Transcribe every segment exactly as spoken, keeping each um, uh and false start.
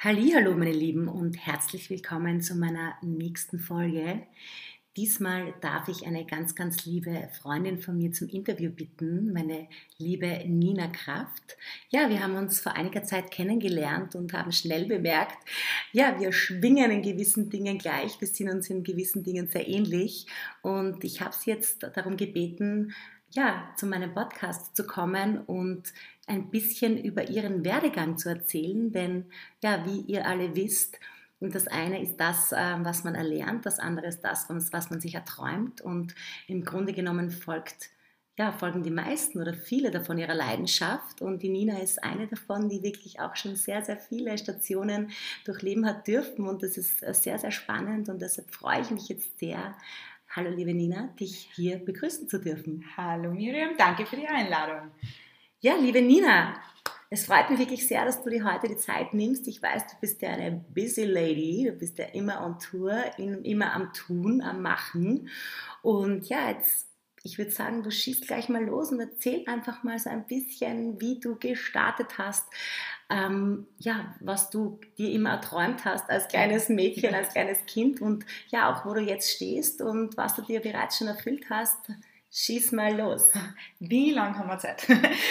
Hallihallo meine Lieben und herzlich willkommen zu meiner nächsten Folge. Diesmal darf ich eine ganz, ganz liebe Freundin von mir zum Interview bitten, meine liebe Nina Kraft. Ja, wir haben uns vor einiger Zeit kennengelernt und haben schnell bemerkt, ja, wir schwingen in gewissen Dingen gleich, wir sind uns in gewissen Dingen sehr ähnlich und ich habe sie jetzt darum gebeten, ja, zu meinem Podcast zu kommen und ein bisschen über ihren Werdegang zu erzählen, denn ja, wie ihr alle wisst, und das eine ist das, was man erlernt, das andere ist das, was man sich erträumt und im Grunde genommen folgt, ja, folgen die meisten oder viele davon ihrer Leidenschaft und die Nina ist eine davon, die wirklich auch schon sehr, sehr viele Stationen durchleben hat dürfen und das ist sehr, sehr spannend und deshalb freue ich mich jetzt sehr. Hallo liebe Nina, dich hier begrüßen zu dürfen. Hallo Miriam, danke für die Einladung. Ja, liebe Nina, es freut mich wirklich sehr, dass du dir heute die Zeit nimmst. Ich weiß, du bist ja eine busy lady, du bist ja immer on Tour, immer am Tun, am Machen. Und ja, jetzt, ich würde sagen, du schießt gleich mal los und erzähl einfach mal so ein bisschen, wie du gestartet hast, ähm, ja, was du dir immer erträumt hast als kleines Mädchen, als kleines Kind und ja, auch wo du jetzt stehst und was du dir bereits schon erfüllt hast. Schieß mal los. Wie lange haben wir Zeit?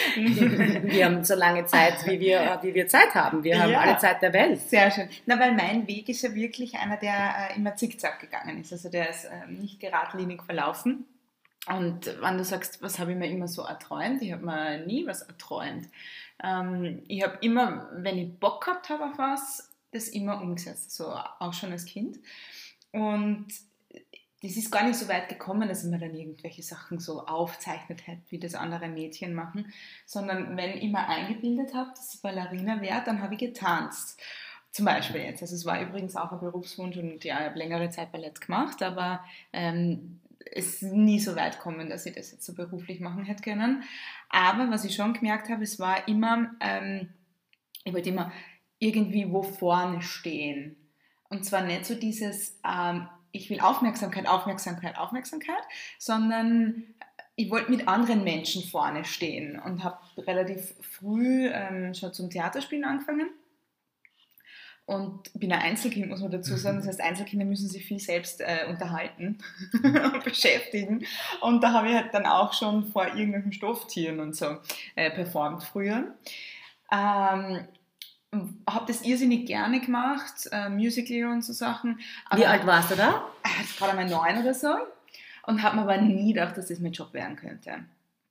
Wir haben so lange Zeit, wie wir, wie wir Zeit haben. Wir haben ja alle Zeit der Welt. Sehr schön. Na, weil mein Weg ist ja wirklich einer, der äh, immer zickzack gegangen ist. Also der ist äh, nicht geradlinig verlaufen. Und wenn du sagst, was habe ich mir immer so erträumt? Ich habe mir nie was erträumt. Ähm, ich habe immer, wenn ich Bock gehabt habe auf was, das immer umgesetzt. So auch schon als Kind. Und das ist gar nicht so weit gekommen, dass ich mir dann irgendwelche Sachen so aufzeichnet hätte, wie das andere Mädchen machen, sondern wenn ich mir eingebildet habe, dass ich Ballerina wäre, dann habe ich getanzt. Zum Beispiel jetzt. Also es war übrigens auch ein Berufswunsch und ja, ich habe längere Zeit Ballett gemacht, aber ähm, es ist nie so weit gekommen, dass ich das jetzt so beruflich machen hätte können. Aber was ich schon gemerkt habe, es war immer, ähm, ich wollte immer irgendwie wo vorne stehen. Und zwar nicht so dieses ähm, ich will Aufmerksamkeit, Aufmerksamkeit, Aufmerksamkeit, sondern ich wollte mit anderen Menschen vorne stehen und habe relativ früh ähm, schon zum Theaterspielen angefangen und bin ein Einzelkind, muss man dazu sagen. Das heißt, Einzelkinder müssen sich viel selbst äh, unterhalten und beschäftigen und da habe ich halt dann auch schon vor irgendwelchen Stofftieren und so äh, performt früher. Ähm, habe das irrsinnig gerne gemacht, äh, Musical und so Sachen. Aber wie alt warst du da? Ich war gerade mal neun oder so und habe mir aber nie gedacht, dass das mein Job werden könnte.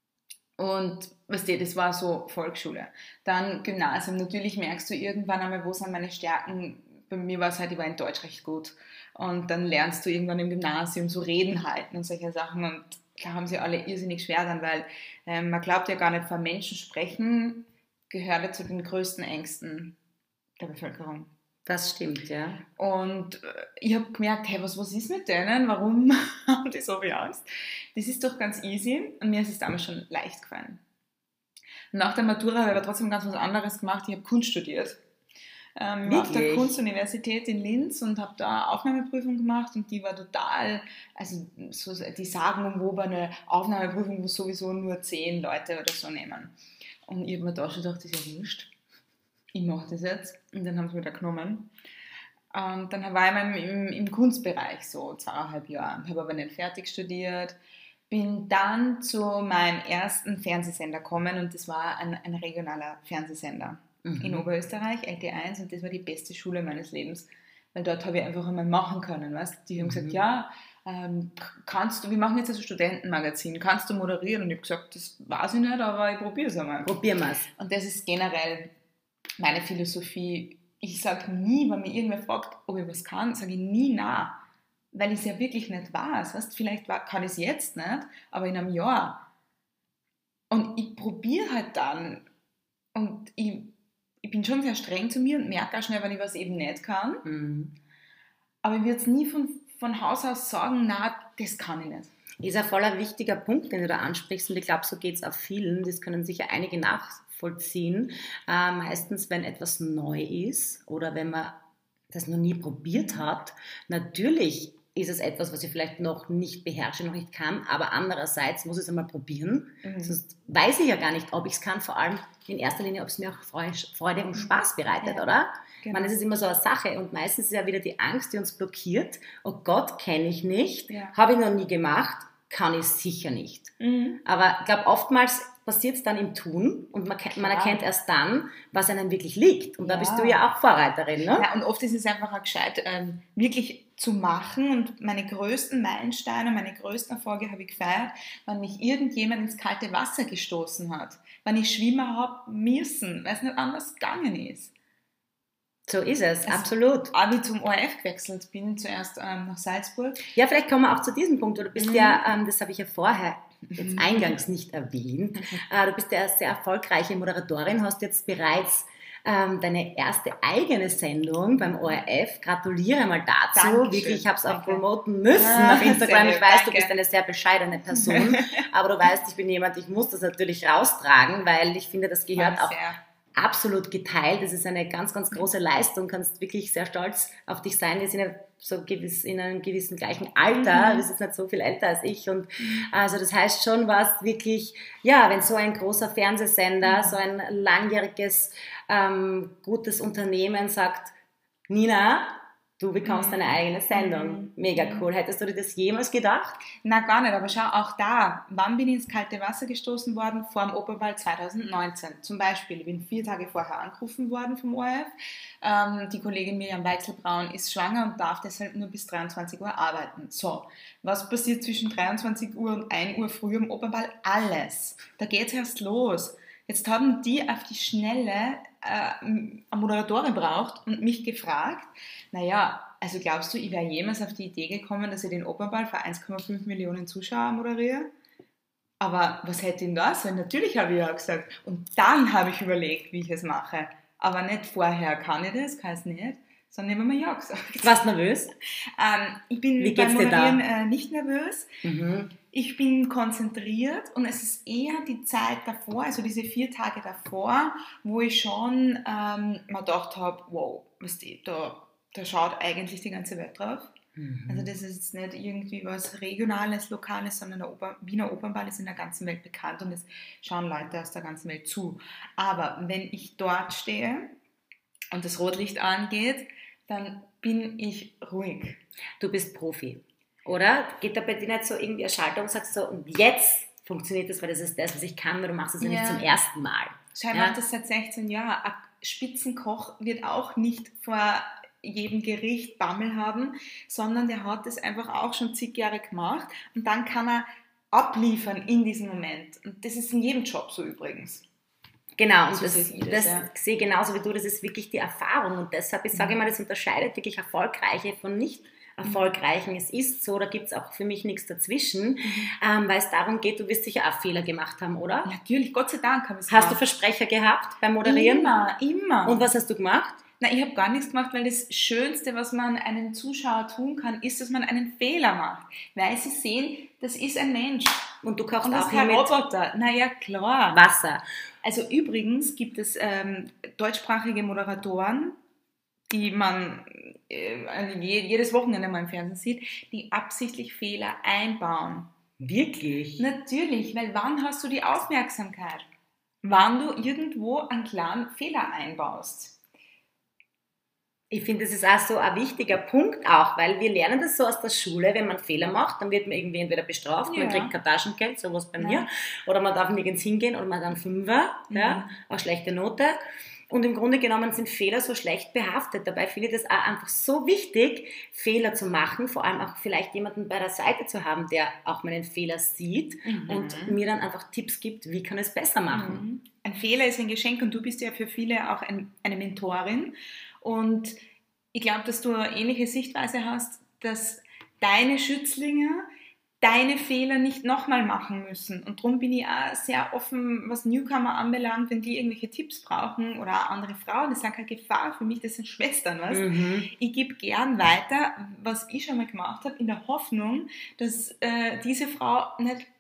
Und weißt du, das war so Volksschule. Dann Gymnasium. Natürlich merkst du irgendwann einmal, wo sind meine Stärken. Bei mir war es halt, ich war in Deutsch recht gut. Und dann lernst du irgendwann im Gymnasium so Reden halten und solche Sachen. Und da haben sie alle irrsinnig schwer dann, weil äh, man glaubt ja gar nicht, vor Menschen sprechen gehört zu den größten Ängsten der Bevölkerung. Das stimmt, ja. Und ich habe gemerkt, hey, was, was ist mit denen? Warum haben die so viel Angst? Das ist doch ganz easy und mir ist es damals schon leicht gefallen. Nach der Matura habe ich aber trotzdem ganz was anderes gemacht. Ich habe Kunst studiert. Ähm, war auf der Kunstuniversität in Linz und habe da Aufnahmeprüfung gemacht und die war total, also so die sagenumwobene Aufnahmeprüfung, wo sowieso nur zehn Leute oder so nehmen. Und ich habe mir da schon gedacht, das ist ja wurscht. Ich mache das jetzt. Und dann haben sie mich da genommen. Und dann war ich im, im Kunstbereich so zweieinhalb Jahre. Habe aber nicht fertig studiert. Bin dann zu meinem ersten Fernsehsender gekommen und das war ein, ein regionaler Fernsehsender mhm. in Oberösterreich, L T eins, und das war die beste Schule meines Lebens. Weil dort habe ich einfach einmal machen können. Weißt? Die haben mhm. gesagt, ja, ähm, kannst du, wir machen jetzt ein Studentenmagazin, kannst du moderieren? Und ich habe gesagt, das weiß ich nicht, aber ich probiere es einmal. Probieren wir es. Und das ist generell meine Philosophie. Ich sage nie, wenn mich irgendwer fragt, ob ich was kann, sage ich nie nein, weil ich es ja wirklich nicht weiß. Weißt? Vielleicht kann ich es jetzt nicht, aber in einem Jahr. Und ich probiere halt dann und ich, ich bin schon sehr streng zu mir und merke auch schnell, wenn ich was eben nicht kann. Mhm. Aber ich würde es nie von von Haus aus sagen, na, das kann ich nicht. Ist ein voller wichtiger Punkt, den du da ansprichst und ich glaube, so geht es auch vielen, das können sicher einige nachvollziehen. Äh, meistens, wenn etwas neu ist oder wenn man das noch nie probiert hat, natürlich ist es etwas, was ich vielleicht noch nicht beherrsche, noch nicht kann, aber andererseits muss ich es einmal probieren, mhm. sonst weiß ich ja gar nicht, ob ich es kann, vor allem in erster Linie, ob es mir auch Freude und Spaß bereitet, ja. oder? Genau. Ich meine, das ist immer so eine Sache und meistens ist ja wieder die Angst, die uns blockiert. Oh Gott, kenne ich nicht, ja. habe ich noch nie gemacht, kann ich sicher nicht. Mhm. Aber ich glaube, oftmals passiert es dann im Tun und man, man erkennt erst dann, was einem wirklich liegt. Und ja. da bist du ja auch Vorreiterin, ne? Ja, und oft ist es einfach auch gescheit, ähm, wirklich zu machen. Und meine größten Meilensteine, meine größten Erfolge habe ich gefeiert, wenn mich irgendjemand ins kalte Wasser gestoßen hat. Wenn ich schwimmen habe müssen, weil es nicht anders gegangen ist. So ist es, also, absolut. Als ich zum O R F gewechselt bin, zuerst ähm, nach Salzburg. Ja, vielleicht kommen wir auch zu diesem Punkt. Du bist mhm. ja, ähm, das habe ich ja vorher jetzt eingangs nicht erwähnt, äh, du bist ja eine sehr erfolgreiche Moderatorin, hast jetzt bereits ähm, deine erste eigene Sendung beim O R F. Gratuliere mal dazu. Dankeschön. Wirklich, ich habe es auch promoten müssen ah, auf Instagram. Ich weiß, danke. Du bist eine sehr bescheidene Person, aber du weißt, ich bin jemand, ich muss das natürlich raustragen, weil ich finde, das gehört auch absolut geteilt. Das ist eine ganz, ganz große Leistung. Du kannst wirklich sehr stolz auf dich sein. Wir sind ja so gewiss, in einem gewissen gleichen Alter. Mhm. Du bist jetzt nicht so viel älter als ich. Und also das heißt schon was wirklich, ja, wenn so ein großer Fernsehsender, mhm. so ein langjähriges, ähm, gutes Unternehmen sagt, Nina, du bekommst deine eigene Sendung. Mega cool. Hättest du dir das jemals gedacht? Na, gar nicht. Aber schau, auch da, wann bin ich ins kalte Wasser gestoßen worden? Vor dem Opernball zwanzig neunzehn. Zum Beispiel, ich bin vier Tage vorher angerufen worden vom O R F. Ähm, die Kollegin Miriam Weichselbraun ist schwanger und darf deshalb nur bis dreiundzwanzig Uhr arbeiten. So, was passiert zwischen dreiundzwanzig Uhr und ein Uhr früh am Opernball? Alles. Da geht's erst los. Jetzt haben die auf die Schnelle äh, eine Moderatorin braucht und mich gefragt, naja, also glaubst du, ich wäre jemals auf die Idee gekommen, dass ich den Opernball für eins Komma fünf Millionen Zuschauer moderiere? Aber was hätte denn das? Weil natürlich habe ich ja gesagt. Und dann habe ich überlegt, wie ich es mache. Aber nicht vorher, kann ich das, kann ich es nicht, sondern ich habe mir ja gesagt. Warst du nervös? Ähm, ich bin beim Moderieren äh, nicht nervös. Mhm. Ich bin konzentriert und es ist eher die Zeit davor, also diese vier Tage davor, wo ich schon ähm, mal gedacht habe, wow, was die, da, da schaut eigentlich die ganze Welt drauf. Mhm. Also das ist jetzt nicht irgendwie was Regionales, Lokales, sondern der Oper, Wiener Opernball ist in der ganzen Welt bekannt und es schauen Leute aus der ganzen Welt zu. Aber wenn ich dort stehe und das Rotlicht angeht, dann bin ich ruhig. Du bist Profi. Oder? Geht da bei dir nicht so irgendwie eine Schaltung und sagst so, und jetzt funktioniert das, weil das ist das, was ich kann, oder du machst es ja nicht zum ersten Mal. Scheinbar ja? macht das seit sechzehn Jahren. Ein Spitzenkoch wird auch nicht vor jedem Gericht Bammel haben, sondern der hat das einfach auch schon zig Jahre gemacht und dann kann er abliefern in diesem Moment. Und das ist in jedem Job so übrigens. Genau, und so das, das, das ja. sehe ich genauso wie du, das ist wirklich die Erfahrung und deshalb, ich sage immer, das unterscheidet wirklich Erfolgreiche von nicht Erfolgreichen. Es ist so, da gibt es auch für mich nichts dazwischen, mhm. ähm, weil es darum geht, du wirst sicher auch Fehler gemacht haben, oder? Natürlich, Gott sei Dank habe ich es gemacht. Hast du Versprecher gehabt beim Moderieren? Immer, immer. Und was hast du gemacht? Na, ich habe gar nichts gemacht, weil das Schönste, was man einem Zuschauer tun kann, ist, dass man einen Fehler macht. Weil sie sehen, das ist ein Mensch. Und du kochst und das auch ist kein mit Roboter. Na ja, klar. Wasser. Also übrigens gibt es ähm, deutschsprachige Moderatoren, die man äh, jedes Wochenende mal im Fernsehen sieht, die absichtlich Fehler einbauen. Wirklich? Natürlich, weil wann hast du die Aufmerksamkeit? Wann du irgendwo einen kleinen Fehler einbaust. Ich finde, das ist auch so ein wichtiger Punkt auch, weil wir lernen das so aus der Schule, wenn man Fehler macht, dann wird man irgendwie entweder bestraft, ja. man kriegt kein Taschengeld, sowas bei ja. mir, oder man darf nirgends hingehen oder man hat einen Fünfer, mhm. ja, eine schlechte Note. Und im Grunde genommen sind Fehler so schlecht behaftet. Dabei finde ich das auch einfach so wichtig, Fehler zu machen, vor allem auch vielleicht jemanden bei der Seite zu haben, der auch meinen Fehler sieht mhm. und mir dann einfach Tipps gibt, wie kann ich es besser machen. Mhm. Ein Fehler ist ein Geschenk und du bist ja für viele auch ein, eine Mentorin. Und ich glaube, dass du eine ähnliche Sichtweise hast, dass deine Schützlinge deine Fehler nicht nochmal machen müssen. Und darum bin ich auch sehr offen, was Newcomer anbelangt, wenn die irgendwelche Tipps brauchen oder auch andere Frauen. Das ist keine Gefahr für mich, das sind Schwestern. Weißt? Mhm. Ich gebe gern weiter, was ich schon mal gemacht habe, in der Hoffnung, dass äh, diese Frau nicht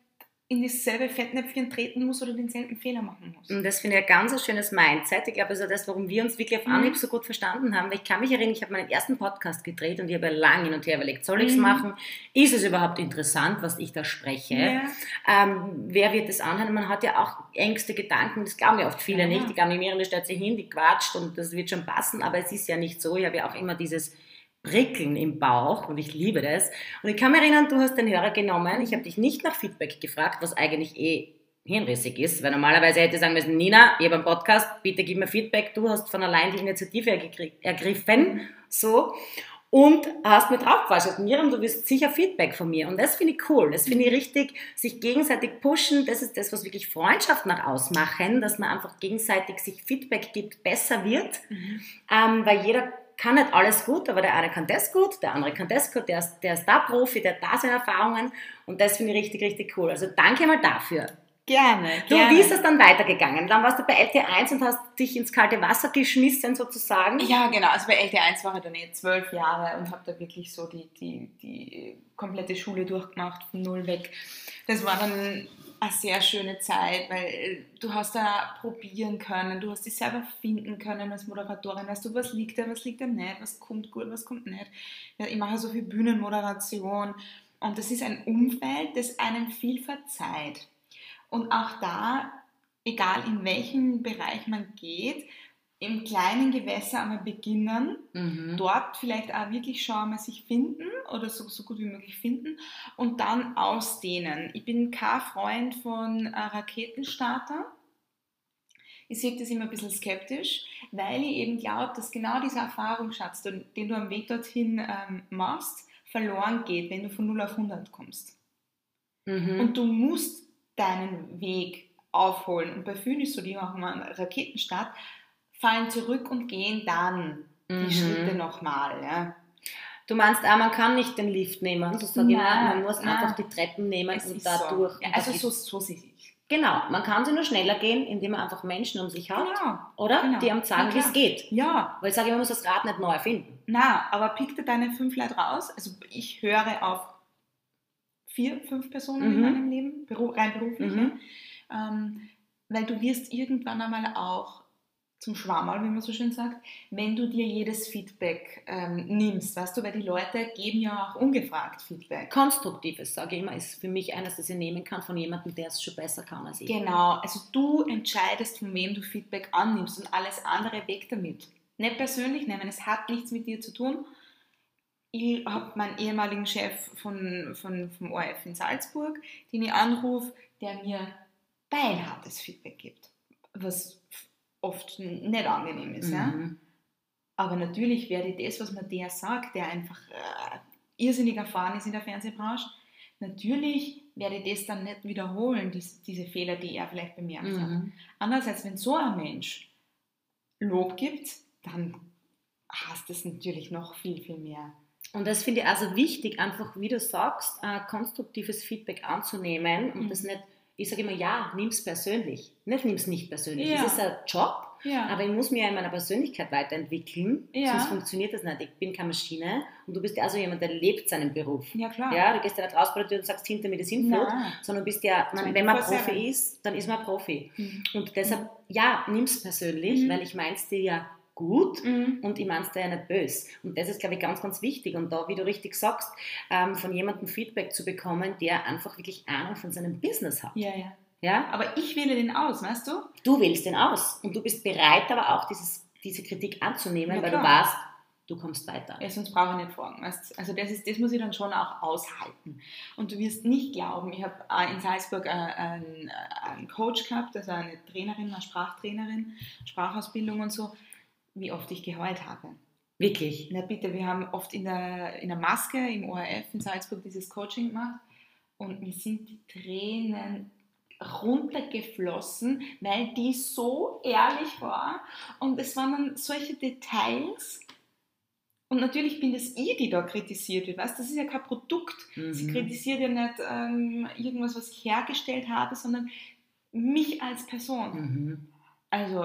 in dasselbe Fettnäpfchen treten muss oder denselben Fehler machen muss. Und das finde ich ein ganz ein schönes Mindset. Ich glaube, das ist das, warum wir uns wirklich auf Anhieb Mhm. so gut verstanden haben. Weil ich kann mich erinnern, ich habe meinen ersten Podcast gedreht und ich habe lange hin und her überlegt, soll ich es Mhm. machen? Ist es überhaupt interessant, was ich da spreche? Ja. Ähm, wer wird das anhören? Man hat ja auch Ängste, Gedanken, das glauben ja oft viele Ja. nicht. Die glauben, die Miriam, die stellt sich hin, die quatscht und das wird schon passen, aber es ist ja nicht so. Ich habe ja auch immer dieses Prickeln im Bauch und ich liebe das. Und ich kann mich erinnern, du hast den Hörer genommen, ich habe dich nicht nach Feedback gefragt, was eigentlich eh hirnrissig ist, weil normalerweise hätte ich sagen müssen, Nina, ich habe einen Podcast, bitte gib mir Feedback, du hast von allein die Initiative ergriffen, so, und hast mir draufgequatscht, Miriam, du wirst sicher Feedback von mir und das finde ich cool, das finde ich richtig, sich gegenseitig pushen, das ist das, was wirklich Freundschaft nach ausmachen, dass man einfach gegenseitig sich Feedback gibt, besser wird, Mhm. ähm, weil jeder kann nicht alles gut, aber der eine kann das gut, der andere kann das gut, der ist, der ist da Profi, der hat da seine Erfahrungen und das finde ich richtig, richtig cool. Also danke mal dafür. Gerne, Du, gerne. wie ist das dann weitergegangen? Dann warst du bei L T eins und hast dich ins kalte Wasser geschmissen sozusagen? Ja, genau. Also bei L T eins war ich dann eh zwölf Jahre und habe da wirklich so die, die, die komplette Schule durchgemacht, von null weg. Das war dann eine sehr schöne Zeit, weil du hast da probieren können, du hast dich selber finden können als Moderatorin, weißt du, was liegt da, was liegt da nicht, was kommt gut, was kommt nicht. Ja, ich mache so viel Bühnenmoderation und das ist ein Umfeld, das einem viel verzeiht. Und auch da, egal in welchen Bereich man geht, im kleinen Gewässer einmal beginnen, Mhm. dort vielleicht auch wirklich schon einmal sich finden oder so, so gut wie möglich finden und dann ausdehnen. Ich bin kein Freund von äh, Raketenstarter. Ich sehe das immer ein bisschen skeptisch, weil ich eben glaube, dass genau dieser Erfahrungsschatz, den, den du am Weg dorthin ähm, machst, verloren geht, wenn du von null auf hundert kommst. Mhm. Und du musst deinen Weg aufholen. Und bei vielen ist so, die machen mal einen Raketenstart, fallen zurück und gehen dann die Mhm. Schritte nochmal. Ja. Du meinst auch, man kann nicht den Lift nehmen, so sage ich immer, Nein, man muss nein. einfach die Treppen nehmen Es und ist dadurch. so. Ja, und also das so, ist- so sehe ich. Genau, man kann sie nur schneller gehen, indem man einfach Menschen um sich hat, Genau. oder? Genau. Die einem sagen, Ja, wie klar. es geht. Ja, Weil ich sage, man muss das Rad nicht neu erfinden. na, aber pick dir deine fünf Leute raus. Also ich höre auf vier, fünf Personen in Mhm. meinem Leben, beru rein beruflich. Mhm. Ja. Ähm, weil du wirst irgendwann einmal auch zum Schwammerl, wie man so schön sagt, wenn du dir jedes Feedback ähm, nimmst, weißt du, weil die Leute geben ja auch ungefragt Feedback. Konstruktives, sage ich immer, ist für mich eines, das ich nehmen kann von jemandem, der es schon besser kann als ich. Genau, also du entscheidest, von wem du Feedback annimmst und alles andere weg damit. Nicht persönlich nehmen, es hat nichts mit dir zu tun. Ich habe meinen ehemaligen Chef von, von, vom O R F in Salzburg, den ich anrufe, der mir beinhartes Feedback gibt, was oft nicht angenehm ist. Ja? Mhm. Aber natürlich werde ich das, was mir der sagt, der einfach äh, irrsinnig erfahren ist in der Fernsehbranche, natürlich werde ich das dann nicht wiederholen, dies, diese Fehler, die er vielleicht bemerkt hat. Mhm. Andererseits, wenn so ein Mensch Lob gibt, dann hast es natürlich noch viel, viel mehr. Und das finde ich also wichtig, einfach, wie du sagst, äh, konstruktives Feedback anzunehmen und Mhm. das nicht, ich sage immer, ja, nimm's persönlich, nicht nimm's nicht persönlich. Ja. Es ist ein Job, Ja. aber ich muss mich ja in meiner Persönlichkeit weiterentwickeln, Ja. sonst funktioniert das nicht. Ich bin keine Maschine und du bist ja also jemand, der lebt seinen Beruf. Ja, klar. Ja, du gehst ja nicht raus bei der Tür und sagst, hinter mir das Sintflut, Nein. sondern du bist ja, man, wenn man vierundzwanzig Profi ist, dann ist man Profi. Mhm. Und deshalb, ja, nimm's persönlich, Mhm. weil ich mein's dir ja gut Mhm. und ich mein's dir ja nicht böse. Und das ist, glaube ich, ganz, ganz wichtig. Und da, wie du richtig sagst, ähm, von jemandem Feedback zu bekommen, der einfach wirklich Ahnung von seinem Business hat. Ja, ja. Ja? Aber ich wähle den aus, weißt du? Du wählst den aus und du bist bereit, aber auch dieses, diese Kritik anzunehmen, Ja, weil du klar. weißt, du kommst weiter. Ja, sonst brauche ich nicht fragen. Weißt? Also das, ist, das muss ich dann schon auch aushalten. Und du wirst nicht glauben, ich habe in Salzburg einen, einen Coach gehabt, also eine Trainerin, eine Sprachtrainerin, Sprachausbildung und so, wie oft ich geheult habe. Wirklich. Na bitte, wir haben oft in der, in der Maske im O R F in Salzburg dieses Coaching gemacht und mir sind die Tränen runtergeflossen, weil die so ehrlich war und es waren dann solche Details und natürlich bin das ich, die da kritisiert wird, weißt? Das ist ja kein Produkt, Mhm. sie kritisiert ja nicht ähm, irgendwas, was ich hergestellt habe, sondern mich als Person. Mhm. Also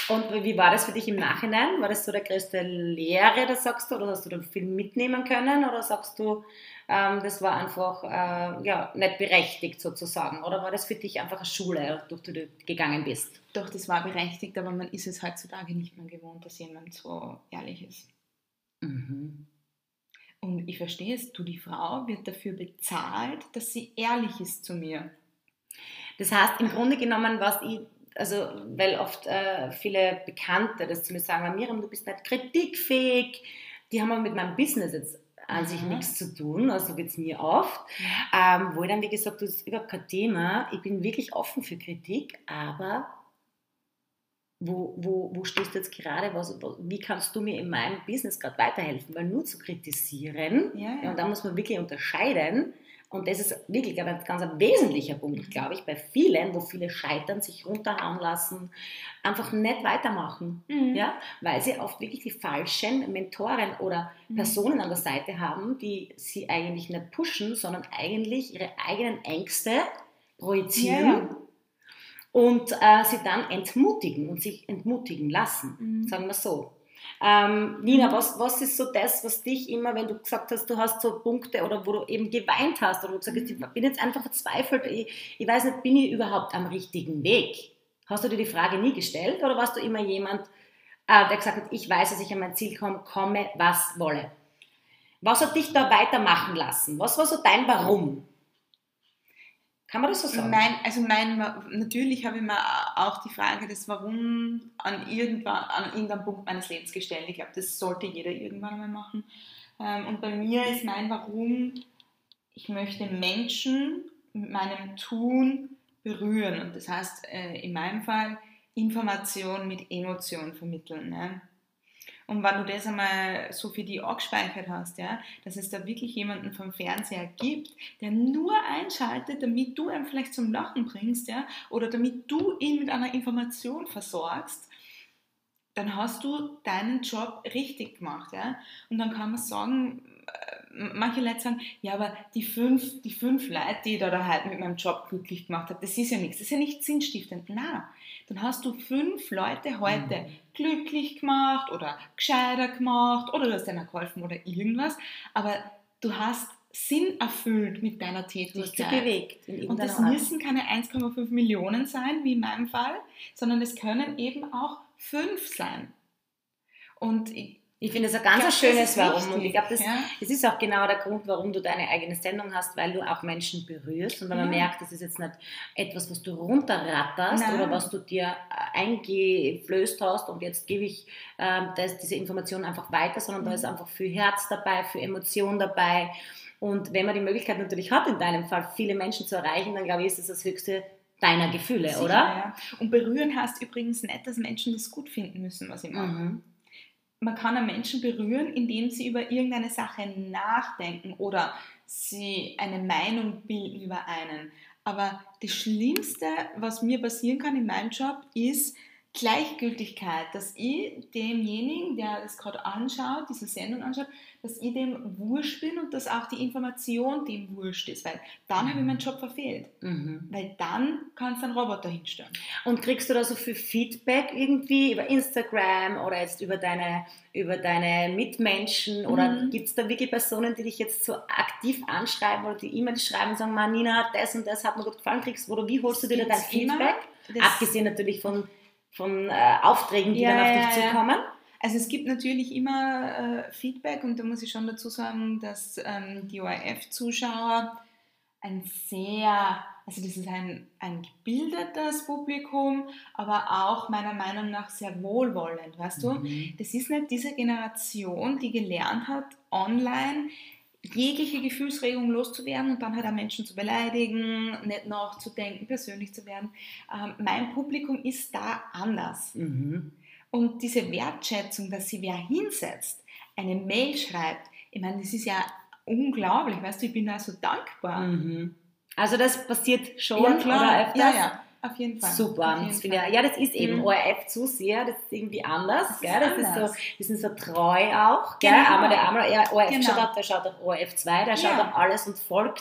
Und wie war das für dich im Nachhinein? War das so der größte Lehre, das sagst du, oder hast du da viel mitnehmen können, oder sagst du, ähm, das war einfach äh, ja, nicht berechtigt sozusagen, oder war das für dich einfach eine Schule, durch die du gegangen bist? Doch, das war berechtigt, aber man ist es heutzutage nicht mehr gewohnt, dass jemand so ehrlich ist. Mhm. Und ich verstehe es, du, die Frau wird dafür bezahlt, dass sie ehrlich ist zu mir. Das heißt, im Grunde genommen, was ich, also, weil oft äh, viele Bekannte das zu mir sagen, Miriam, du bist nicht kritikfähig, die haben aber mit meinem Business jetzt an sich Mhm. nichts zu tun, also geht es mir oft, ähm, wo ich dann, wie gesagt, das ist überhaupt kein Thema, ich bin wirklich offen für Kritik, aber wo, wo, wo stehst du jetzt gerade, was, wie kannst du mir in meinem Business gerade weiterhelfen, weil nur zu kritisieren, Ja, ja. ja, und da muss man wirklich unterscheiden. Und das ist wirklich ein ganz ein wesentlicher Punkt, glaube ich, bei vielen, wo viele scheitern, sich runterhauen lassen, einfach nicht weitermachen, Mhm. ja? Weil sie oft wirklich die falschen Mentoren oder Personen an der Seite haben, die sie eigentlich nicht pushen, sondern eigentlich ihre eigenen Ängste projizieren. Ja, ja. Und äh, sie dann entmutigen und sich entmutigen lassen, Mhm. sagen wir so. Ähm, Nina, was, was ist so das, was dich immer, wenn du gesagt hast, du hast so Punkte oder wo du eben geweint hast oder wo du gesagt hast, ich bin jetzt einfach verzweifelt, ich, ich weiß nicht, bin ich überhaupt am richtigen Weg? Hast du dir die Frage nie gestellt oder warst du immer jemand, äh, der gesagt hat, ich weiß, dass ich an mein Ziel komme, komme, was wolle? Was hat dich da weitermachen lassen? Was war so dein Warum? Kann man das so sagen? Mein, also mein, natürlich habe ich mir auch die Frage des Warum an, irgendwann, an irgendeinem Punkt meines Lebens gestellt. Ich glaube, das sollte jeder irgendwann einmal machen. Und bei mir ist mein Warum, ich möchte Menschen mit meinem Tun berühren. Und das heißt, in meinem Fall, Information mit Emotion vermitteln. Ne? Und wenn du das einmal so für die angespeichert hast, ja, dass es da wirklich jemanden vom Fernseher gibt, der nur einschaltet, damit du ihn vielleicht zum Lachen bringst, ja, oder damit du ihn mit einer Information versorgst, dann hast du deinen Job richtig gemacht. Ja? Und dann kann man sagen, manche Leute sagen, ja, aber die fünf, die fünf Leute, die ich da, da heute mit meinem Job glücklich gemacht habe, das ist ja nichts, das ist ja nicht sinnstiftend. Nein, dann hast du fünf Leute heute mhm. glücklich gemacht oder gescheiter gemacht oder du hast denen geholfen oder irgendwas, aber du hast Sinn erfüllt mit deiner Tätigkeit. Du hast dich bewegt. Und das müssen keine eins Komma fünf Millionen sein, wie in meinem Fall, sondern es können eben auch fünf sein. Und ich, ich finde das ein ganz glaub, schönes Warum. Wichtig. Und ich glaube, das, ja? das ist auch genau der Grund, warum du deine eigene Sendung hast, weil du auch Menschen berührst und weil man ja. merkt, das ist jetzt nicht etwas, was du runterratterst Nein. oder was du dir eingeflößt hast und jetzt gebe ich äh, das, diese Information einfach weiter, sondern mhm. da ist einfach viel Herz dabei, viel Emotion dabei. Und wenn man die Möglichkeit natürlich hat, in deinem Fall viele Menschen zu erreichen, dann glaube ich, ist das das höchste deiner Gefühle, Sicher, oder? Ja. Und berühren heißt übrigens nicht, dass Menschen das gut finden müssen, was ich mache. Mhm. Man kann einen Menschen berühren, indem sie über irgendeine Sache nachdenken oder sie eine Meinung bilden über einen. Aber das Schlimmste, was mir passieren kann in meinem Job, ist Gleichgültigkeit, dass ich demjenigen, der das gerade anschaut, diese Sendung anschaut, dass ich dem wurscht bin und dass auch die Information dem wurscht ist, weil dann mhm. habe ich meinen Job verfehlt. Mhm. Weil dann kannst du einen Roboter hinstellen. Und kriegst du da so viel Feedback irgendwie über Instagram oder jetzt über deine, über deine Mitmenschen oder mhm. gibt es da wirklich Personen, die dich jetzt so aktiv anschreiben oder die E-Mails schreiben und sagen, Nina, das und das hat mir gut gefallen, kriegst oder wie holst du dir da dein Feedback? Abgesehen natürlich von von äh, Aufträgen, die ja, dann auf ja, dich zukommen? Also es gibt natürlich immer äh, Feedback und da muss ich schon dazu sagen, dass ähm, die O R F-Zuschauer ein sehr, also das ist ein, ein gebildetes Publikum, aber auch meiner Meinung nach sehr wohlwollend, weißt du? Mhm. Das ist nicht diese Generation, die gelernt hat, online jegliche Gefühlsregung loszuwerden und dann halt auch Menschen zu beleidigen, nicht nachzudenken, persönlich zu werden. Ähm, mein Publikum ist da anders. Mhm. Und diese Wertschätzung, dass sie wer hinsetzt, eine Mail schreibt, ich meine, das ist ja unglaublich, weißt du, ich bin da so dankbar. Mhm. Also das passiert schon ja, klar. oder öfters? Ja, ja. Auf jeden Fall. Super. Jeden das Fall. Ich, ja, das ist eben mhm. O R F-Zuseher, das ist irgendwie anders. Das, gell? das, ist, so, die sind so treu auch. Gell? Genau. Aber der einmal O R F genau. schaut auf, der schaut auf O R F zwei, der schaut ja. auf alles und folgt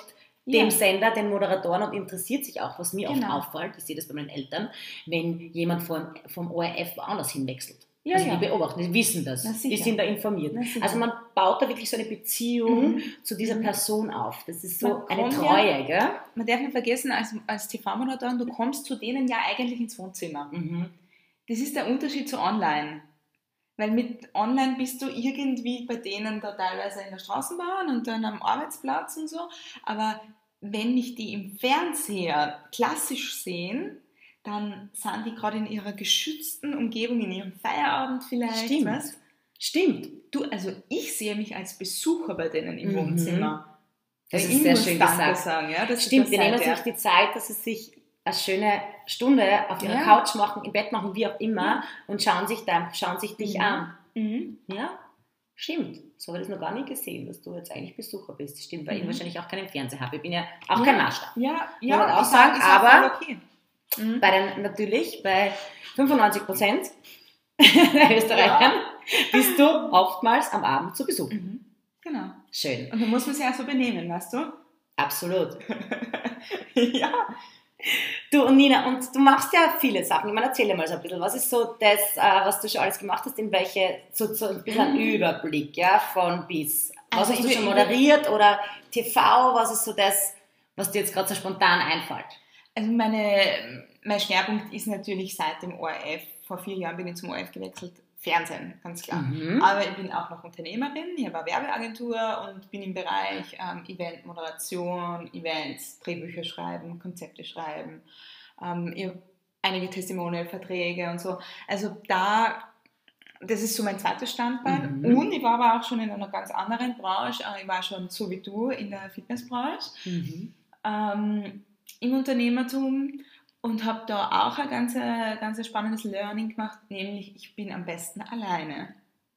dem Ja. Sender, den Moderatoren und interessiert sich auch, was mir Genau. oft auffällt, ich sehe das bei meinen Eltern, wenn jemand vom, vom O R F woanders hinwechselt. Ja, Also ja. die beobachten, die wissen das, Na, die sicher. sind da informiert. Na, sicher. Also man baut da wirklich so eine Beziehung Mhm. zu dieser Mhm. Person auf. Das ist so Man eine kommt Treue, gell? Man darf nicht vergessen, als, als T V-Moderatorin, du kommst zu denen ja eigentlich ins Wohnzimmer. Mhm. Das ist der Unterschied zu online. Weil mit online bist du irgendwie bei denen da teilweise in der Straßenbahn und dann am Arbeitsplatz und so. Aber wenn mich die im Fernseher klassisch sehen, dann sind die gerade in ihrer geschützten Umgebung, in ihrem Feierabend vielleicht. Stimmt. Weißt? Stimmt. Du, also ich sehe mich als Besucher bei denen im Mhm. Wohnzimmer. Das Weil ist ich sehr muss schön Danke gesagt. sagen, ja, dass Stimmt, ich die das nehmen seid, sich die Zeit, dass sie sich eine schöne Stunde auf ihrer Ja. Couch machen, im Bett machen, wie auch immer, Ja. und schauen sich, dann, schauen sich dich Mhm. an. Mhm. Ja, stimmt. So habe ich das noch gar nicht gesehen, dass du jetzt eigentlich Besucher bist. Stimmt, weil ich Mhm. wahrscheinlich auch keinen Fernseher habe. Ich bin ja auch Ja. kein Maßstab. Ja, Muss ja, man auch ich sagen, sag, ist aber- auch voll okay. Mhm. Bei den, natürlich, bei fünfundneunzig Prozent der Österreichern bist du oftmals am Abend zu Besuch. Mhm. Genau. Schön. Und dann muss man sich auch so benehmen, weißt du? Absolut. Ja. Du und Nina, und du machst ja viele Sachen. Ich meine, erzähl dir mal so ein bisschen, was ist so das, äh, was du schon alles gemacht hast, in welche, so, so ein bisschen ein Überblick, ja, von bis. Was Also hast du ich- schon ich- moderiert oder T V, was ist so das, was dir jetzt gerade so spontan einfällt? Also meine, mein Schwerpunkt ist natürlich seit dem O R F, vor vier Jahren bin ich zum O R F gewechselt, Fernsehen, ganz klar. Mhm. Aber ich bin auch noch Unternehmerin, ich habe eine Werbeagentur und bin im Bereich ähm, Event-Moderation, Events, Drehbücher schreiben, Konzepte schreiben. Ähm, ich habe einige Testimonial-Verträge und so. Also da, das ist so mein zweites Standbein. Mhm. Und ich war aber auch schon in einer ganz anderen Branche. Äh, Ich war schon so wie du in der Fitnessbranche. Mhm. Ähm, im Unternehmertum und habe da auch ein ganz, ganz spannendes Learning gemacht, nämlich ich bin am besten alleine.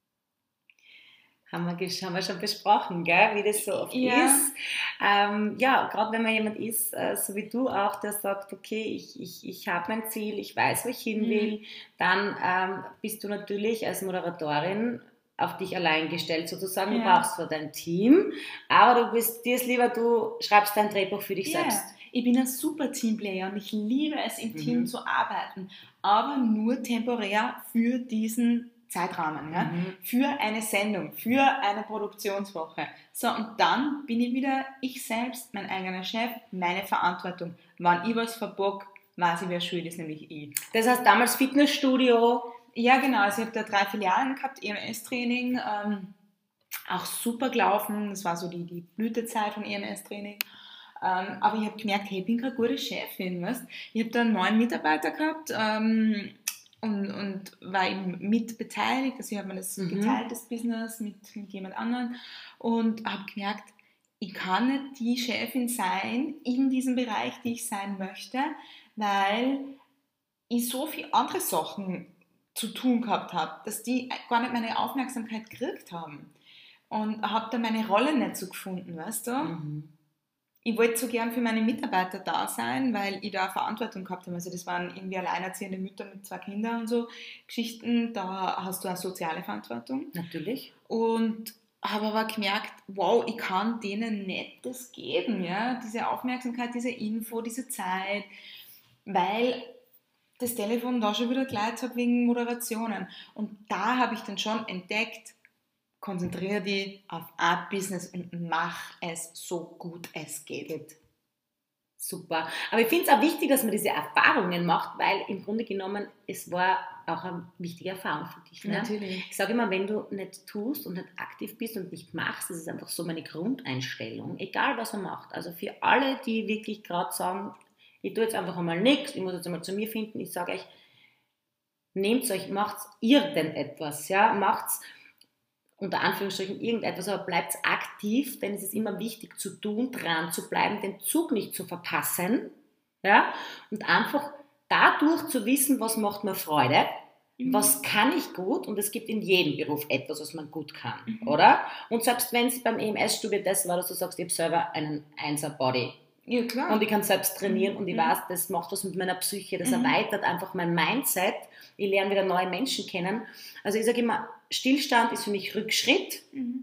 Haben wir, gesch- haben wir schon besprochen, gell? Wie das so oft Ja. ist. Ähm, ja, gerade wenn man jemand ist, äh, so wie du auch, der sagt, okay, ich, ich, ich habe mein Ziel, ich weiß, wo ich hin will, Mhm. dann ähm, bist du natürlich als Moderatorin auf dich allein gestellt sozusagen. Du Ja. brauchst zwar dein Team, aber du bist dir ist lieber, du schreibst dein Drehbuch für dich Ja, selbst. ich bin ein super Teamplayer und ich liebe es, im Mhm. Team zu arbeiten, aber nur temporär für diesen Zeitrahmen, ja? Mhm. Für eine Sendung, für eine Produktionswoche. So, und dann bin ich wieder ich selbst, mein eigener Chef, meine Verantwortung. Wenn ich was verbock, weiß ich, wer schuld ist, nämlich ich. Das heißt, damals Fitnessstudio. Ja, genau. Also ich habe da drei Filialen gehabt, E M S-Training, ähm, auch super gelaufen. Das war so die, die Blütezeit von E M S-Training. Ähm, aber ich habe gemerkt, hey, ich bin keine gute Chefin. Weißt? Ich habe da neun Mitarbeiter gehabt ähm, und, und war eben mit beteiligt. Also ich habe mir das Mhm. geteilt, das Business, mit, mit jemand anderem. Und habe gemerkt, ich kann nicht die Chefin sein in diesem Bereich, die ich sein möchte, weil ich so viele andere Sachen zu tun gehabt habe, dass die gar nicht meine Aufmerksamkeit gekriegt haben. Und habe da meine Rolle nicht so gefunden, weißt du? Mhm. Ich wollte so gern für meine Mitarbeiter da sein, weil ich da Verantwortung gehabt habe. Also das waren irgendwie alleinerziehende Mütter mit zwei Kindern und so Geschichten. Da hast du eine soziale Verantwortung. Natürlich. Und habe aber gemerkt, wow, ich kann denen nicht das geben, ja? Diese Aufmerksamkeit, diese Info, diese Zeit, weil das Telefon da schon wieder geleitet hat wegen Moderationen. Und da habe ich dann schon entdeckt, konzentriere dich auf ein Business und mach es so gut es geht. Super. Aber ich finde es auch wichtig, dass man diese Erfahrungen macht, weil im Grunde genommen, es war auch eine wichtige Erfahrung für dich. Ne? Natürlich. Ich sage immer, wenn du nicht tust und nicht aktiv bist und nicht machst, das ist einfach so meine Grundeinstellung, egal was man macht. Also für alle, die wirklich gerade sagen, ich tue jetzt einfach einmal nichts, ich muss jetzt einmal zu mir finden, ich sage euch, nehmt euch, macht irgendetwas, ja, macht unter Anführungsstrichen irgendetwas, aber bleibt aktiv, denn es ist immer wichtig zu tun, dran zu bleiben, den Zug nicht zu verpassen, ja, und einfach dadurch zu wissen, was macht mir Freude, Mhm. was kann ich gut, und es gibt in jedem Beruf etwas, was man gut kann, Mhm. oder? Und selbst wenn es beim E M S-Studio das war, dass du sagst, ich habe selber einen Einser-Body Ja, klar. und ich kann selbst trainieren und ich Mhm. weiß, das macht was mit meiner Psyche, das Mhm. erweitert einfach mein Mindset, ich lerne wieder neue Menschen kennen. Also ich sage immer, Stillstand ist für mich Rückschritt Mhm.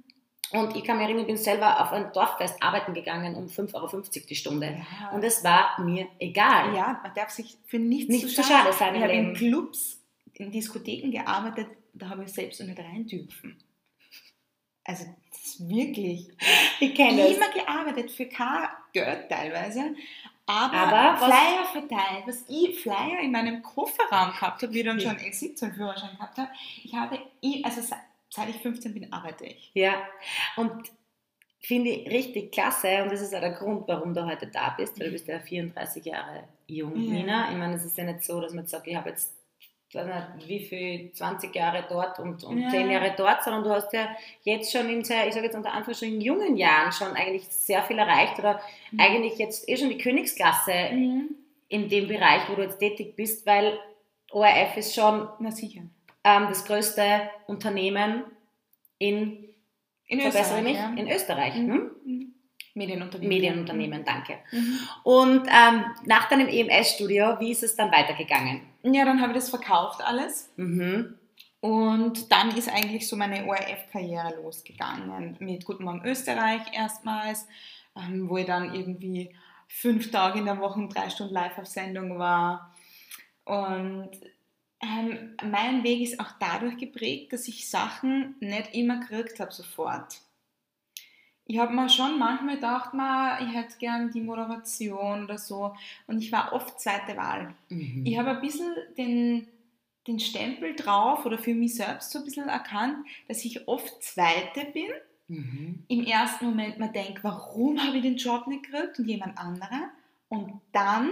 Und ich kann mich erinnern, ich bin selber auf ein Dorffest arbeiten gegangen um fünf Euro fünfzig die Stunde. Ja. Und es war mir egal. Ja, man darf sich für nichts Nicht zu zu schade sein Ich im habe in Leben. Clubs, in Diskotheken gearbeitet, da habe ich selbst noch nicht rein dürfen. Also das ist wirklich Ich kenne das. immer gearbeitet für kein Geld teilweise. Aber, Aber was- Flyer verteilt, was ich Flyer in meinem Kofferraum gehabt habe, wie ich dann schon einen L siebzehn-Führerschein gehabt habe. Ich habe, ich, also se- seit ich fünfzehn bin, arbeite ich. Ja, und finde ich richtig klasse und das ist auch der Grund, warum du heute da bist, weil du bist ja vierunddreißig Jahre jung, Ja. Nina. Ich meine, es ist ja nicht so, dass man jetzt sagt, ich habe jetzt weiß nicht, wie viel, zwanzig Jahre dort und, und Ja. zehn Jahre dort, sondern du hast ja jetzt schon in sehr, ich sage jetzt unter Anführungsstrichen, in jungen Jahren schon eigentlich sehr viel erreicht oder Mhm. eigentlich jetzt eh schon die Königsklasse in dem Bereich, wo du jetzt tätig bist, weil O R F ist schon Na sicher. ähm, das größte Unternehmen in, In verbessere mich, ja. in Österreich. Mhm. Hm? Mhm. Medienunternehmen. Medienunternehmen, danke. Mhm. Und ähm, nach deinem E M S-Studio, wie ist es dann weitergegangen? Ja, dann habe ich das verkauft alles. Mhm. Und dann ist eigentlich so meine O R F-Karriere losgegangen. Mit Guten Morgen Österreich erstmals, ähm, wo ich dann irgendwie fünf Tage in der Woche drei Stunden live auf Sendung war. Und ähm, mein Weg ist auch dadurch geprägt, dass ich Sachen nicht immer gekriegt habe sofort. Ich habe mir schon manchmal gedacht, man, ich hätte gern die Moderation oder so. Und ich war oft zweite Wahl. Mhm. Ich habe ein bisschen den, den Stempel drauf oder für mich selbst so ein bisschen erkannt, dass ich oft Zweite bin. Mhm. Im ersten Moment man denkt, warum habe ich den Job nicht gekriegt und jemand anderer. Und dann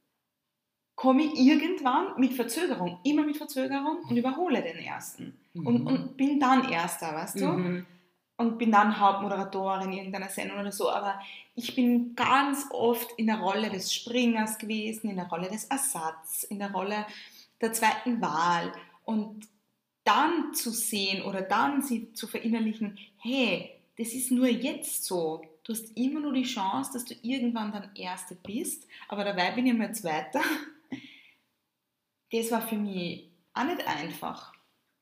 komme ich irgendwann mit Verzögerung, immer mit Verzögerung und überhole den ersten. Mhm. Und, und bin dann Erster, weißt du? Mhm. Und bin dann Hauptmoderatorin in irgendeiner Sendung oder so, aber ich bin ganz oft in der Rolle des Springers gewesen, in der Rolle des Ersatz, in der Rolle der zweiten Wahl und dann zu sehen oder dann sie zu verinnerlichen, hey, das ist nur jetzt so, du hast immer nur die Chance, dass du irgendwann dann Erste bist, aber dabei bin ich mal Zweiter. Das war für mich auch nicht einfach.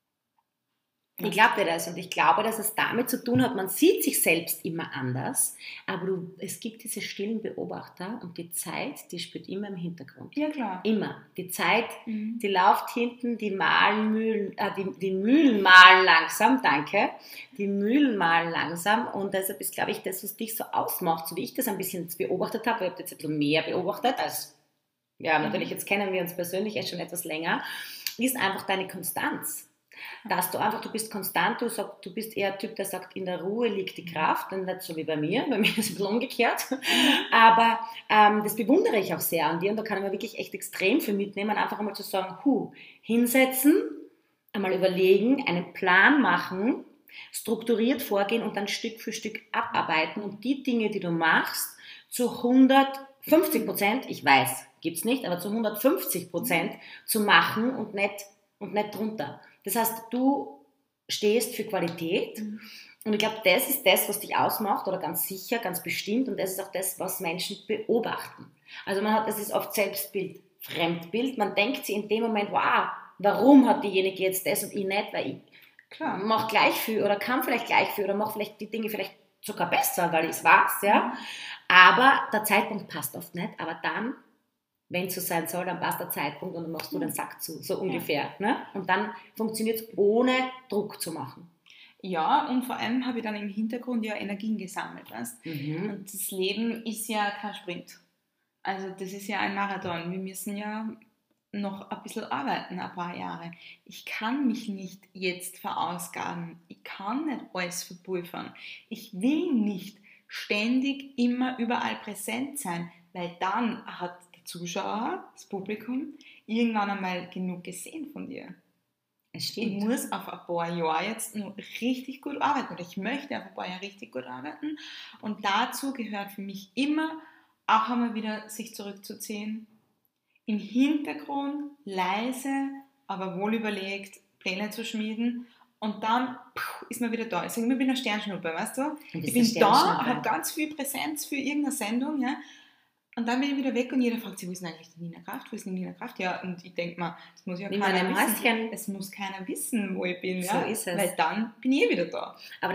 Ich glaube dir das und ich glaube, dass es damit zu tun hat, man sieht sich selbst immer anders, aber du, es gibt diese stillen Beobachter und die Zeit, die spielt immer im Hintergrund. Ja, klar. Immer. Die Zeit, Mhm. die läuft hinten, die Mahlen, Mühlen, äh, die, die Mühlen mahlen langsam, danke, die Mühlen mahlen langsam und deshalb ist, glaube ich, das, was dich so ausmacht, so wie ich das ein bisschen beobachtet habe, ich habe jetzt ein bisschen mehr beobachtet als, ja, natürlich, jetzt kennen wir uns persönlich erst schon etwas länger, ist einfach deine Konstanz. Dass du einfach, du bist konstant, du, sag, du bist eher ein Typ, der sagt, in der Ruhe liegt die Kraft und nicht so wie bei mir, bei mir ist es ein bisschen umgekehrt, aber ähm, das bewundere ich auch sehr an dir und da kann ich mir wirklich echt extrem viel mitnehmen, einfach einmal zu sagen, hu, hinsetzen, einmal überlegen, einen Plan machen, strukturiert vorgehen und dann Stück für Stück abarbeiten und die Dinge, die du machst, zu hundertfünfzig Prozent, ich weiß, gibt's nicht, aber zu hundertfünfzig Prozent zu machen und nicht, und nicht drunter. Das heißt, du stehst für Qualität mhm. und ich glaube, das ist das, was dich ausmacht oder ganz sicher, ganz bestimmt und das ist auch das, was Menschen beobachten. Also man hat, das ist oft Selbstbild, Fremdbild, man denkt sich in dem Moment, wow, warum hat diejenige jetzt das und ich nicht, weil ich Klar. mache gleich viel oder kann vielleicht gleich viel oder mache vielleicht die Dinge vielleicht sogar besser, weil ich es weiß, ja. Mhm. Aber der Zeitpunkt passt oft nicht, aber dann wenn es so sein soll, dann passt der Zeitpunkt und dann machst du den Sack zu, so ungefähr. Ja. Ne? Und dann funktioniert es ohne Druck zu machen. Ja, und vor allem habe ich dann im Hintergrund ja Energien gesammelt. Weißt? Mhm. Und das Leben ist ja kein Sprint. Also das ist ja ein Marathon. Wir müssen ja noch ein bisschen arbeiten, ein paar Jahre. Ich kann mich nicht jetzt verausgaben. Ich kann nicht alles verpulvern. Ich will nicht ständig immer überall präsent sein, weil dann hat Zuschauer, das Publikum, irgendwann einmal genug gesehen von dir. Es stimmt. Ich muss auf ein paar Jahre jetzt noch richtig gut arbeiten oder ich möchte auf ein paar Jahre richtig gut arbeiten und dazu gehört für mich immer auch einmal wieder sich zurückzuziehen, im Hintergrund leise, aber wohl überlegt Pläne zu schmieden und dann puh, ist man wieder da. Ich sage immer, ich bin eine Sternschnuppe, weißt du? Ich bin da, habe ganz viel Präsenz für irgendeine Sendung, ja. Und dann bin ich wieder weg und jeder fragt sich, wo ist denn eigentlich die Nina Kraft? Wo ist die Nina Kraft? Ja, und ich denke mir, das muss ja in keiner wissen. Häuschen. Es muss keiner wissen, wo ich bin. So ja? ist es. Weil dann bin ich wieder da. Aber das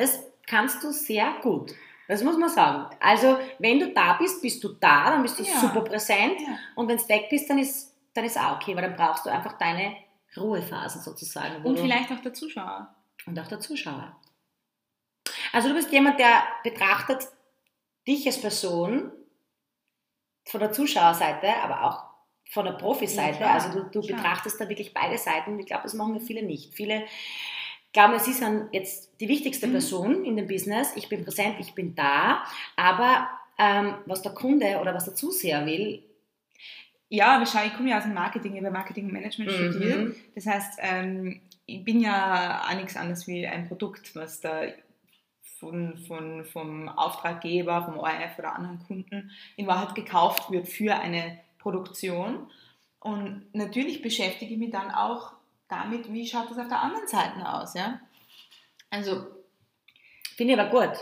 kannst du sehr gut. Das muss man sagen. Also, wenn du da bist, bist du da, dann bist du Ja. super präsent. Ja. Und wenn du weg bist, dann ist, dann ist auch okay, weil dann brauchst du einfach deine Ruhephasen sozusagen. wo Und du- vielleicht auch der Zuschauer. Und auch der Zuschauer. Also, du bist jemand, der betrachtet dich als Person von der Zuschauerseite, aber auch von der Profiseite. Ja, klar, Also, du, du klar. betrachtest da wirklich beide Seiten. Ich glaube, das machen ja viele nicht. Viele glauben, sie sind jetzt die wichtigste Mhm. Person in dem Business. Ich bin präsent, ich bin da. Aber ähm, was der Kunde oder was der Zuseher will, Ja, aber schau, ich komme ja aus dem Marketing, ich habe Marketing und Management Mhm. studiert. Das heißt, ähm, ich bin ja auch nichts anderes wie ein Produkt, was da von, von, vom Auftraggeber, vom O R F oder anderen Kunden in Wahrheit gekauft wird für eine Produktion. Und natürlich beschäftige ich mich dann auch damit, wie schaut das auf der anderen Seite aus. Ja? Also, finde ich aber gut.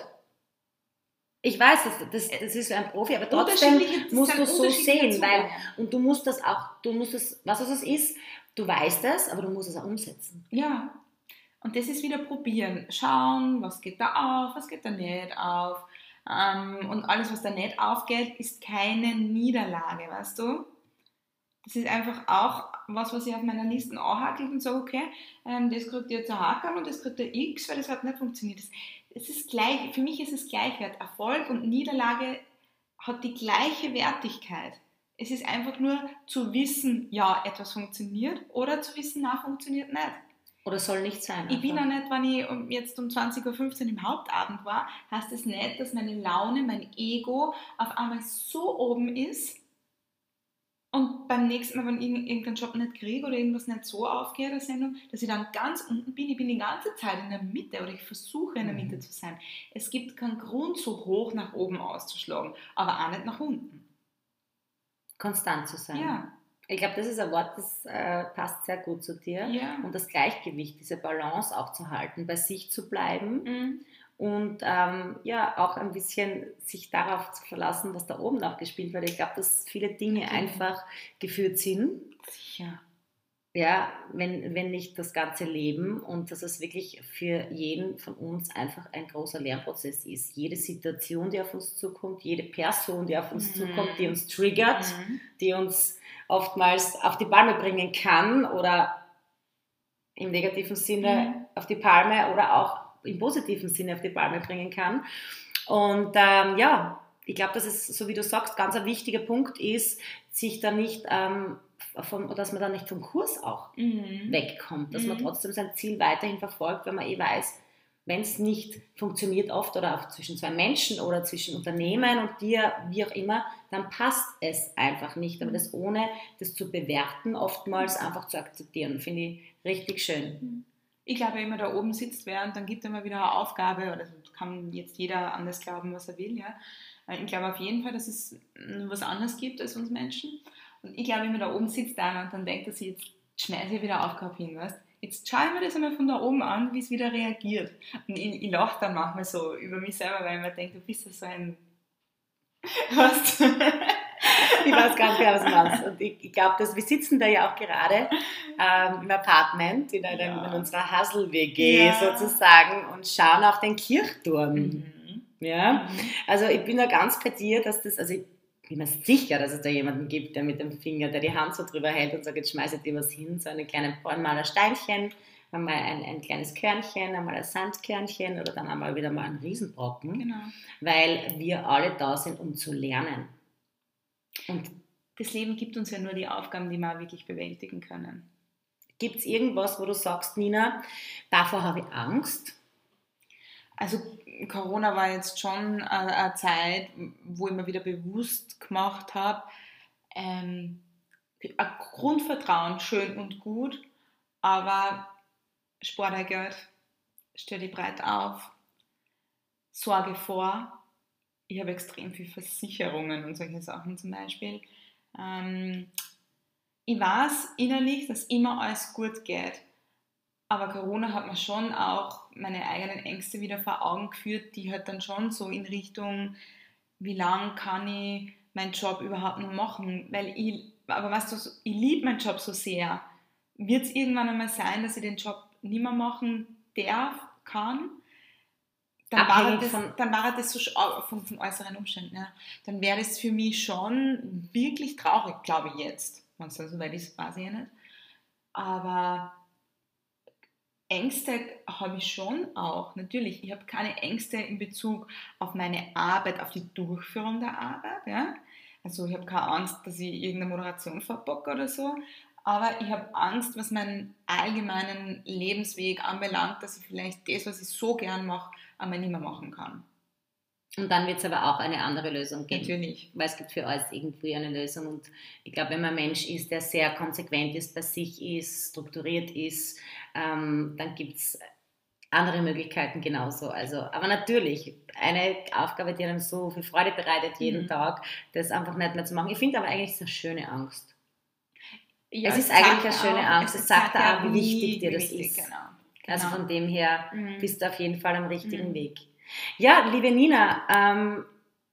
Ich weiß, das, das, das ist ein Profi, aber trotzdem Unterschiedliche- das musst sind du so unterschiedliche sehen, weil, Zugänge. und du musst das auch, du musst das, was es ist, du weißt es, aber du musst es auch umsetzen. ja, und das ist wieder probieren. Schauen, was geht da auf, was geht da nicht auf. Ähm, und alles, was da nicht aufgeht, ist keine Niederlage, weißt du? Das ist einfach auch was, was ich auf meiner Liste anhakelt und sage, okay, ähm, das kriegt jetzt ein Haken und das kriegt ein X, weil das hat nicht funktioniert. Das, es ist gleich, für mich ist es Gleichwert. Erfolg und Niederlage hat die gleiche Wertigkeit. Es ist einfach nur zu wissen, ja, etwas funktioniert oder zu wissen, nein, funktioniert nicht. Oder soll nicht sein. Ich bin auch einfach. nicht, wenn ich um- jetzt um zwanzig Uhr fünfzehn im Hauptabend war, heißt es nicht, dass meine Laune, mein Ego auf einmal so oben ist und beim nächsten Mal, wenn ich irgendeinen Job nicht kriege oder irgendwas nicht so aufgeht, der Sendung, dass ich dann ganz unten bin. Ich bin die ganze Zeit in der Mitte oder ich versuche in der Mitte zu sein. Es gibt keinen Grund, so hoch nach oben auszuschlagen, aber auch nicht nach unten. Konstant zu sein. Ja, Ich glaube, das ist ein Wort, das äh, passt sehr gut zu dir. ja. Und das Gleichgewicht, diese Balance auch zu halten, bei sich zu bleiben Mhm. und ähm, ja, auch ein bisschen sich darauf zu verlassen, was da oben auch gespielt wird. Ich glaube, dass viele Dinge Ja. einfach geführt sind. Sicher. Ja, wenn, wenn nicht das ganze Leben, und dass es wirklich für jeden von uns einfach ein großer Lernprozess ist. Jede Situation, die auf uns zukommt, jede Person, die auf uns Mhm. zukommt, die uns triggert, Mhm. die uns oftmals auf die Palme bringen kann oder im negativen Sinne Mhm. auf die Palme oder auch im positiven Sinne auf die Palme bringen kann. Und ähm, ja, ich glaube, dass es, so wie du sagst, ganz ein wichtiger Punkt ist, sich da nicht ähm, vom, dass man da nicht vom Kurs auch Mhm. wegkommt, dass man Mhm. trotzdem sein Ziel weiterhin verfolgt, weil man eh weiß, wenn es nicht funktioniert oft oder auch zwischen zwei Menschen oder zwischen Unternehmen und dir, wie auch immer, dann passt es einfach nicht. Aber das ohne das zu bewerten, oftmals einfach zu akzeptieren, finde ich richtig schön. Ich glaube, wenn man da oben sitzt wer und dann gibt er mal wieder eine Aufgabe, oder das kann jetzt jeder anders glauben, was er will, ja. Ich glaube auf jeden Fall, dass es was anderes gibt als uns Menschen. Und ich glaube, wenn man da oben sitzt dann und dann denkt er sich, jetzt schmeiße ich wieder Aufgabe hin, weißt? Jetzt schaue ich mir das einmal von da oben an, wie es wieder reagiert. Und ich, ich lache dann manchmal so über mich selber, weil ich mir denke, du bist ja so ein... Was? Ich weiß ganz genau, was du meinst. Und ich, ich glaube, dass wir sitzen da ja auch gerade ähm, im Apartment, in, einem, Ja. in unserer Hasel-W G Ja. sozusagen und schauen auf den Kirchturm. Mhm. Ja? Mhm. Also ich bin da ganz bei dir, dass das, also ich bin mir sicher, dass es da jemanden gibt, der mit dem Finger, der die Hand so drüber hält und sagt, jetzt schmeiße ich dir was hin, so einen kleinen, einmal ein Steinchen, einmal ein, ein kleines Körnchen, einmal ein Sandkörnchen oder dann einmal wieder mal ein Riesenbrocken, Genau. weil wir alle da sind, um zu lernen. Und Das Leben gibt uns ja nur die Aufgaben, die wir auch wirklich bewältigen können. gibt es irgendwas, wo du sagst, Nina, davor habe ich Angst? Also Corona war jetzt schon eine, eine Zeit, wo ich mir wieder bewusst gemacht habe, ähm, ein Grundvertrauen, schön und gut, aber spar dein Geld, stell dich breit auf, sorge vor. Ich habe extrem viel Versicherungen und solche Sachen zum Beispiel. Ähm, ich weiß innerlich, dass immer alles gut geht. Aber Corona hat mir schon auch meine eigenen Ängste wieder vor Augen geführt, die halt dann schon so in Richtung, wie lange kann ich meinen Job überhaupt noch machen? Weil ich, aber weißt du, ich liebe meinen Job so sehr. Wird es irgendwann einmal sein, dass ich den Job nicht mehr machen darf, kann? dann, war abhängig das, von... dann war das so von, von äußeren Umständen. Ja. Dann wäre das für mich schon wirklich traurig, glaube ich jetzt. Wenn es dann so weit ist, weiß ich ja nicht. Aber Ängste habe ich schon auch, natürlich. Ich habe keine Ängste in Bezug auf meine Arbeit, auf die Durchführung der Arbeit. Ja? Also ich habe keine Angst, dass ich irgendeine Moderation verbocke oder so. Aber ich habe Angst, was meinen allgemeinen Lebensweg anbelangt, dass ich vielleicht das, was ich so gern mache, einmal nicht mehr machen kann. Und dann wird es aber auch eine andere Lösung geben. Natürlich. Weil es gibt für alles irgendwie eine Lösung. Und ich glaube, wenn man ein Mensch ist, der sehr konsequent ist, bei sich ist, strukturiert ist, ähm, dann gibt es andere Möglichkeiten genauso. Also, aber natürlich, eine Aufgabe, die einem so viel Freude bereitet jeden mhm. Tag, das einfach nicht mehr zu machen. Ich finde aber eigentlich, es ist eine schöne Angst. Ja, es ist eigentlich eine schöne auch, Angst. Es, es sagt auch, wie wichtig dir das wichtig, ist. Genau. Genau. Also von dem her mhm. bist du auf jeden Fall am richtigen mhm. Weg. Ja, liebe Nina, ähm,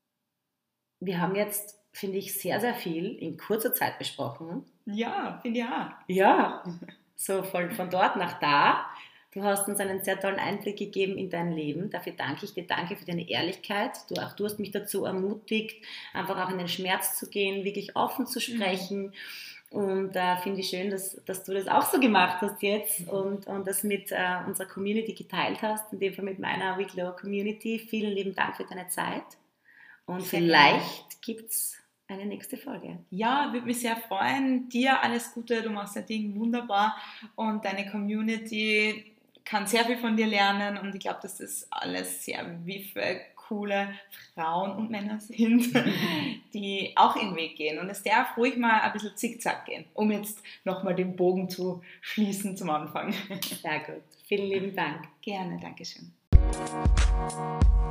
wir haben jetzt, finde ich, sehr, sehr viel in kurzer Zeit besprochen. Ja, finde ich auch. Ja, so von, von dort nach da. Du hast uns einen sehr tollen Einblick gegeben in dein Leben. Dafür danke ich dir. Danke für deine Ehrlichkeit. Du, auch du hast mich dazu ermutigt, einfach auch in den Schmerz zu gehen, wirklich offen zu sprechen. Mhm. Und äh, finde ich schön, dass, dass du das auch so gemacht hast jetzt und, und das mit äh, unserer Community geteilt hast, in dem Fall mit meiner Wicklow Community. Vielen lieben Dank für deine Zeit und sehr vielleicht gibt es eine nächste Folge. Ja, würde mich sehr freuen. Dir alles Gute, du machst dein Ding wunderbar und deine Community kann sehr viel von dir lernen und ich glaube, dass das alles sehr wiffe, coole Frauen und Männer sind, die auch ihren Weg gehen. Und es darf ruhig mal ein bisschen zickzack gehen, um jetzt nochmal den Bogen zu schließen zum Anfang. Sehr gut. Vielen lieben Dank. Gerne, Dankeschön.